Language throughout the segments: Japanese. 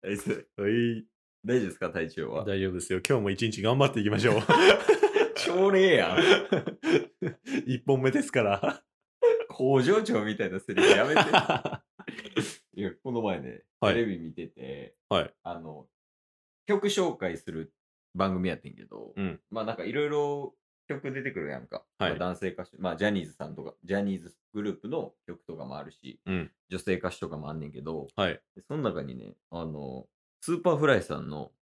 大丈夫ですか、体調は。 大丈夫ですよ。今日も一日頑張っていきましょう。 朝礼やん。 一本目ですから。 工場長みたいなセリフやめて。いや、この前ね、 はいテレビ見てて、 はい。 曲紹介する番組やってんけど、 うん。 まあなんかいろいろ曲出てくるやんか。 はいまあ男性歌手、まあジャニーズさんとか、ジャニーズグループの曲とかもあるし、 うん。 女性歌手とかもあんねんけど、 はい。 その中にね、スーパーフライさんの、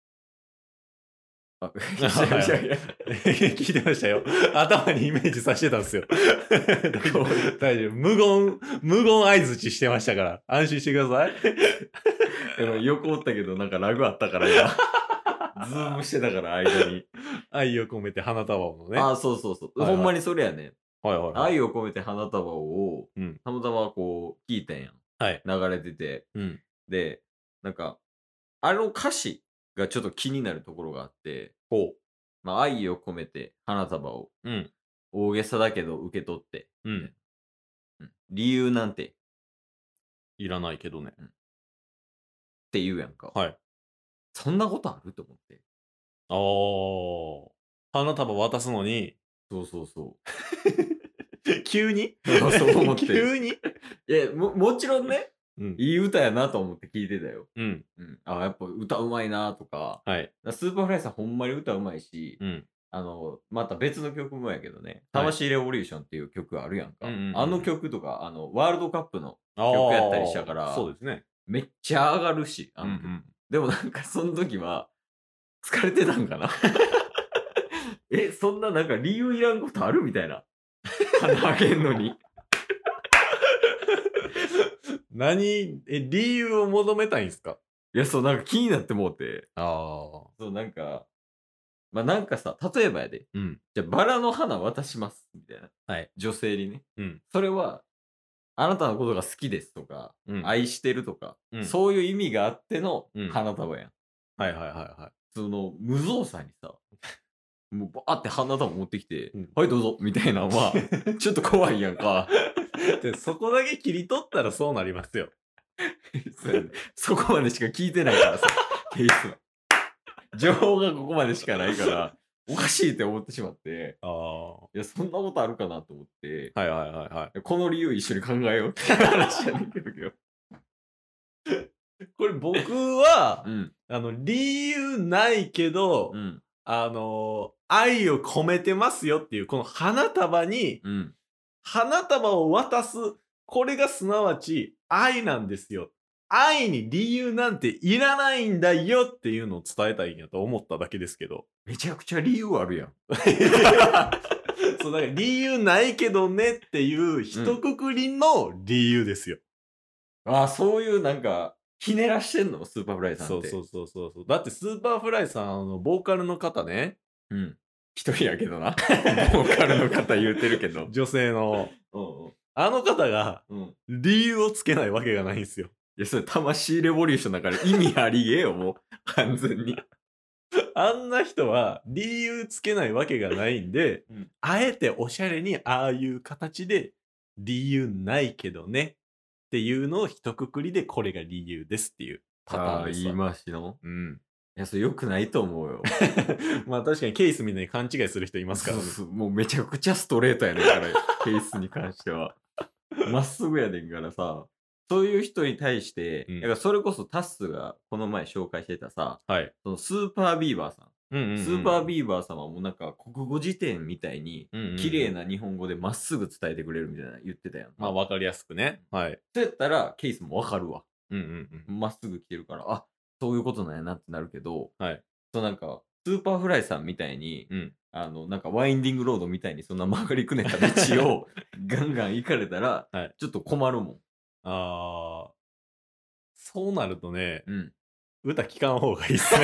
あ、いやいやいや、 聞いてましたよ。頭にイメージさせてたんですよ。大丈夫。大丈夫。無言相づちしてましたから。安心してください。 でも横おったけど、なんかラグあったから今、ズームしてたから間に。 愛を込めて花束をのね。 ああ、そうそうそう。 はいはいほんまにそれやね。 はいはいはい。 愛を込めて花束を、 うん。 たまたまこう、聞いたんやん。 はい。 流れてて。 うん。 で、なんか、あの歌詞がちょっと気になるところがあって、 ほまあ、愛を込めて花束を、 う。うん。 大げさだけど受け取って、 うん。 理由なんて、 いらないけどね。 って言うやんか。 はい。 そんなことあると思って。 あー。花束渡すのに、 そうそうそ急にう。そう思って。 急にもちろんね、 うん。 いい歌やなと思って聞いてたよ。 うん。 あ、やっぱ歌うまいなとか。 はい。 スーパーフライさんほんまに歌うまいし、 うん。 また別の曲もやけどね、 はい魂レボリューションっていう曲あるやんか。 うんうんうんうんあの曲とか、ワールドカップのあ曲やったりしたかー。 ら、 そうですね。 めっちゃ上がるし、あの曲。 うんうんでもなんかその時は、疲れてたんかなそんななんか理由いらんことあるみたいな。鼻あげんのに。 理由を求めたいんすか？ いや、そう、なんか気になってもうて。 ああ。 そう、なんか、まあなんかさ、例えばやで、 うん。 じゃあバラの花渡します、みたいな。 はい。 女性にね。 うん。 それは、あなたのことが好きですとか、 うん。 愛してるとか、 うんそういう意味があってのうん花束やん。 はいはいはいはい。 その、無造作にさ、もうバーって花束持ってきて、 うんはいどうぞみたいなのは、ちょっと怖いやんか。 で、そこだけ切り取ったらそうなりますよ。 そうやねそこまでしか聞いてないからさ、ケースは。情報がここまでしかないから、おかしいって思ってしまって、 ああ。はいや、そんなことあるかなと思って、 いはいはいはい。 この理由一緒に考えようって話やねんけど。 これ僕は、 うん。 理由ないけど、 うん。 愛を込めてますよっていう、この花束に、 うん。 花束を渡す、これがすなわち愛なんですよ。愛に理由なんていらないんだよっていうのを伝えたいんやと思っただけですけど。 めちゃくちゃ理由あるやん。 そう、だから理由ないけどねっていう一括りの理由ですよ。 ああ、そういうなんか、ひねらしてんのスーパーフライさんって。 そうそうそうそうそう。だってスーパーフライさんのボーカルの方ね、 うん。一人やけどな。ボーカルの方言うてるけど。 女性の、 うんあの方がうん。うん。 理由をつけないわけがないんですよ。 いや、それ魂レボリューションだから意味ありげよ、もう。完全に。 あんな人は理由つけないわけがないんで、 うんあえておしゃれにああいう形で理由ないけどねっていうのを一括りでこれが理由ですっていうパターンですわ。 言い回しの。 うん。 いや、それ良くないと思うよ。 まあ確かにケースみたいに勘違いする人いますからね。 そうそうもうめちゃくちゃストレートやねんから、ケースに関しては。まっすぐやねんからさ、そういう人に対して、 うんだからそれこそタッスがこの前紹介してたさ、 はい。 そのスーパービーバーさん。 うんうんうん、 スーパービーバーさんはもうなんか国語辞典みたいに、 うんうんうん綺麗な日本語でまっすぐ伝えてくれるみたいな言ってたやん。 まあわかりやすくね。はい。 そうやったらケースもわかるわ。 うんうんうん。 まっすぐ来てるから、あ、そういうことなんやなってなるけど、 はい。 そうなんか、スーパーフライさんみたいに、 うん。 なんかワインディングロードみたいにそんな曲がりくねった道をガンガン行かれたら、 はいちょっと困るもん。 あー、そうなるとね、 うん。 歌聞かん方がいいっすね。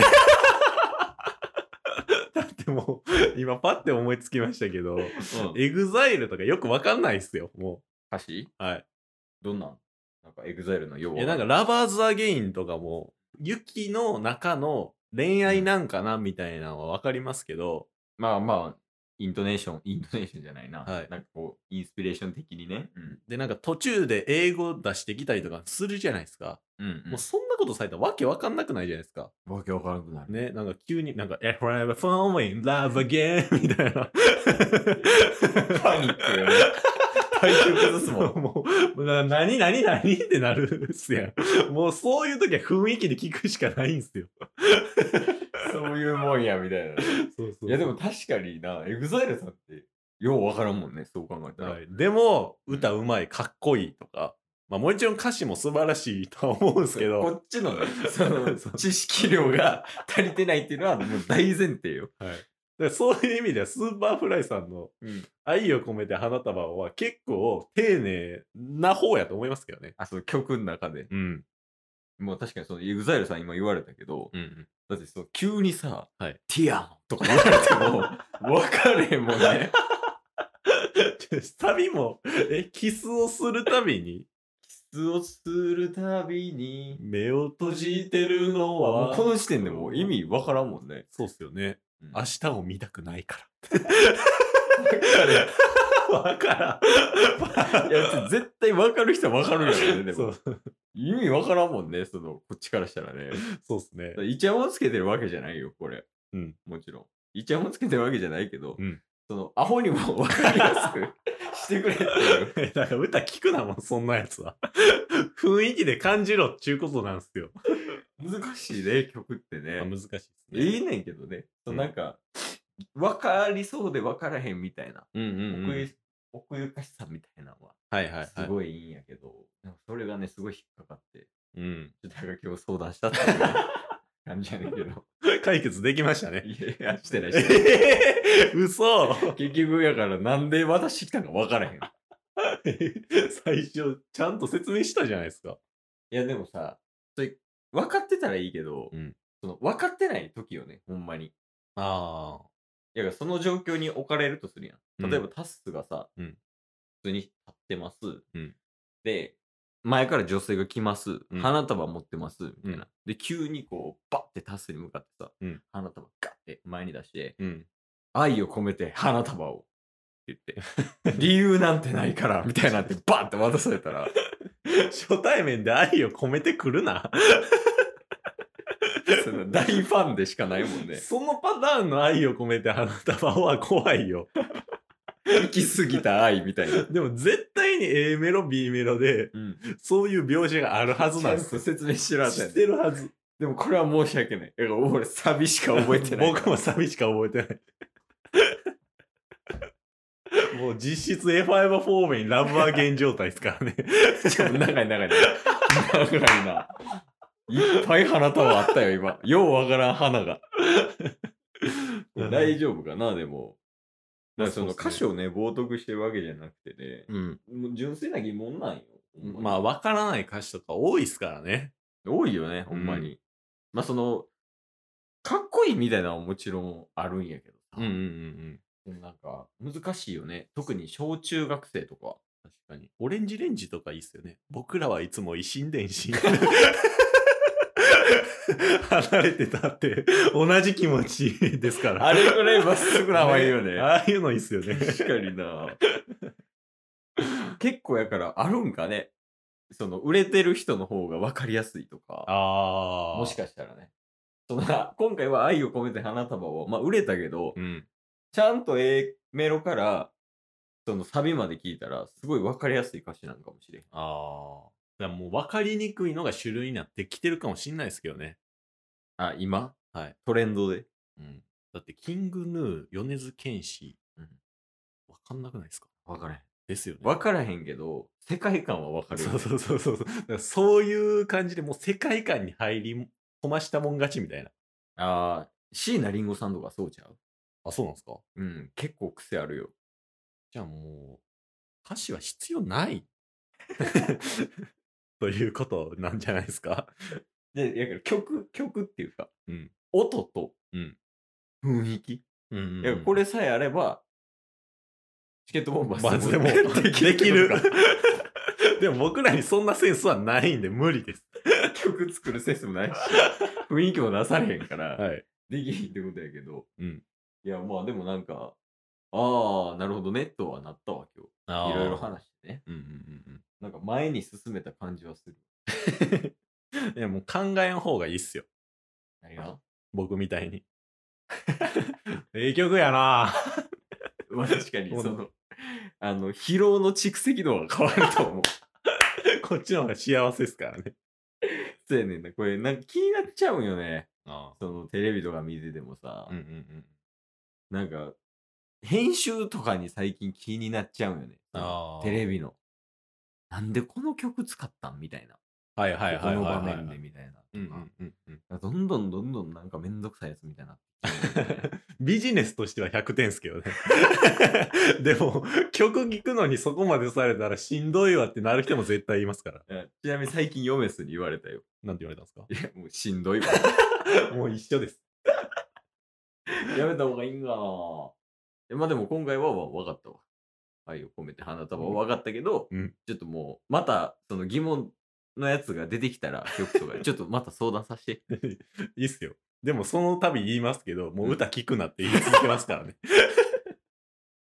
だってもう、今パッて思いつきましたけど、エグザイルとかよくわかんないっすよ、も歌詞う。はい。 どんなんなんかエグザイルの要いや、なんか、ラバーズ・アゲインとかも、雪の中の恋愛なんかなみたいなのはわかりますけど、 まあまあ、イントネーションじゃないな。 はいなんかこう、インスピレーション的にね。うん。 で、なんか途中で英語出してきたりとかするじゃないですか。 うん、うん。 もうそんなこことされたらわけわかんなくないじゃないですか。 わけわからなくなる。 ね、なんか急になんか、If I ever fall in love again みたいな。 パニックよね。体調崩すもん。 もう、何ってなるっすやん。もうそういう時は雰囲気で聞くしかないんすよ。 そういうもんや、みたいな。 そうそう。 いや、でも確かにな、EXILE さんって、ようわからんもんね、そう考えたら。 はい、でも、歌うまい、かっこいいとか、まあもちろん歌詞も素晴らしいとは思うんですけど。 こっちのね、その知識量が足りてないっていうのはもう大前提よ。 はい。だからそういう意味では、スーパーフライさんの愛を込めて花束は結構丁寧な方やと思いますけどね。 あ、そう、曲の中で。 うん。 もう確かにその EXILE さん今言われたけど、 うんうん。 だってそう急にさ、 はい、 ティアとか言われても分かれへんもんね。 サビも、キスをするたびに、 キスをするたびに目を閉じてるのは、 もうこの時点でもう意味分からんもんね。 そうっすよね。 うん、 明日を見たくないから。 分からん。いや、絶対分かる人は分かるよね、でも。意味分からんもんね、その、こっちからしたらね。 そうっすね。 イチャモンつけてるわけじゃないよ、これ。 うん。 もちろん。イチャモンつけてるわけじゃないけど、 うん。 その、アホにも分かりやすくしてくれっていう。 だから歌聞くなもん、そんなやつは。雰囲気で感じろっちゅうことなんすよ。 難しいね、曲ってね。 難しいですね。 いいねんけどね。なんか、分かりそうで分からへんみたいな。奥ゆかしさみたいなのは、 はいはいはい。 すごいいいんやけど、それがね、すごい引っかかって、 うん。 ちょっと今日相談したっていう感じやねんけど。 解決できましたね。 いや、してないしてない。 嘘結局やからなんで渡してきたのか分からへん。 最初、ちゃんと説明したじゃないですか。 いや、でもさ、それ分かってたらいいけど、 うん。 その分かってない時よね、ほんまに。 ああ。 いや、その状況に置かれるとするやん。例えば、タスがさ、 うん。 普通に立ってます。 うん。 で、前から女性が来ます。 うん花束持ってます。みたいな。 うんで、急にこう、バッてタスに向かってさ、 うん。 花束ガッて前に出して、 うん。 愛を込めて花束をって言って、理由なんてないから、みたいなってバッて渡されたら、 初対面で愛を込めてくるな。 その大ファンでしかないもんね。 そのパターンの愛を込めて花束は怖いよ。 行き過ぎた愛みたいな。 でも絶対に A メロ B メロで、そういう描写があるはずなんですよ。 説明してるはずや知ってるはず。 でもこれは申し訳ない。だから俺サビしか覚えてない。 僕もサビしか覚えてない。もう実質 If I Ever Fall in Love Again 状態ですからね。 しかも長い。長いな。いっぱい花束あったよ、今。ようわからん花が。大丈夫かな、でも。だからその歌詞をね、冒涜してるわけじゃなくてね、もう純粋な疑問なんよ。 まあ、わからない歌詞とか多いっすからね。 多いよね、ほんまに。まあ、かっこいいみたいなのはもちろんあるんやけどさ。でもなんか、難しいよね。特に小中学生とか。 確かに。オレンジレンジとかいいっすよね。僕らはいつも維新伝心。離れてたって同じ気持ちですから。 あれぐらいまっすぐな方がいいよね。 ああいうのいいっすよね。 確かにな。結構やからあるんかね。売れてる人の方が分かりやすいとか。もしかしたらね。今回は愛を込めて花束を、まあ売れたけど、ちゃんとメロからサビまで聞いたら、すごい分かりやすい歌詞なんかもしれん。 だからもう分かりにくいのが主流になってきてるかもしんないですけどね。 あ、今はい。 トレンドで。 だって、キングヌー、米津玄師、分かんなくないですか？ 分からへん。 ですよね。 分からへんけど、世界観は分かるよね。 そう。だからそういう感じでもう世界観に入り込ましたもん勝ちみたいな。 椎名林檎さんとかそうちゃう？ あ、そうなんですか？ 結構癖あるよ。 じゃあもう、歌詞は必要ないということなんじゃないですか？ で、やけど曲っていうか、音と雰囲気。これさえあれば、チケットボンバーでもできる。でも僕らにそんなセンスはないんで無理です。 曲作るセンスもないし、雰囲気も出されへんから、 はい、 できひんってことやけど、いや、まあでもなんか、なるほどね、とはなったわ、今日。いろいろ話してね。なんか前に進めた感じはする。 いやもう考えん方がいいっすよ。 何が僕みたいに。ええ曲やなまあ確かに、 もう疲労の蓄積度が変わると思う。 こっちの方が幸せですからね。 そうやねんな。これ、なんか気になっちゃうんよね。 あテレビとか見ててもさ、 うんうんうん。 なんか、編集とかに最近気になっちゃうんよね。テレビの。なんでこの曲使ったんみたいな。 はいはいはいこはいはい。 の場面でみたいな。 うんうんうんうん。 どんどんどんどんなんかめんどくさいやつみたいな。 ビジネスとしては100点っすけどね。でも、曲聴くのにそこまでされたらしんどいわってなる人も絶対いますから。 ちなみに最近ヨメスに言われたよ。 なんて言われたんですか？ いや、もうしんどいわ。 もう一緒です。 やめた方がいいんかな。まあでも今回は分かったわ。愛を込めて花束は分かったけど、 うん。 ちょっともう、またその疑問のやつが出てきたら、曲とか、ちょっとまた相談させて。 いいっすよ。でもその度言いますけど、もう歌聴くなって言い続けますからね。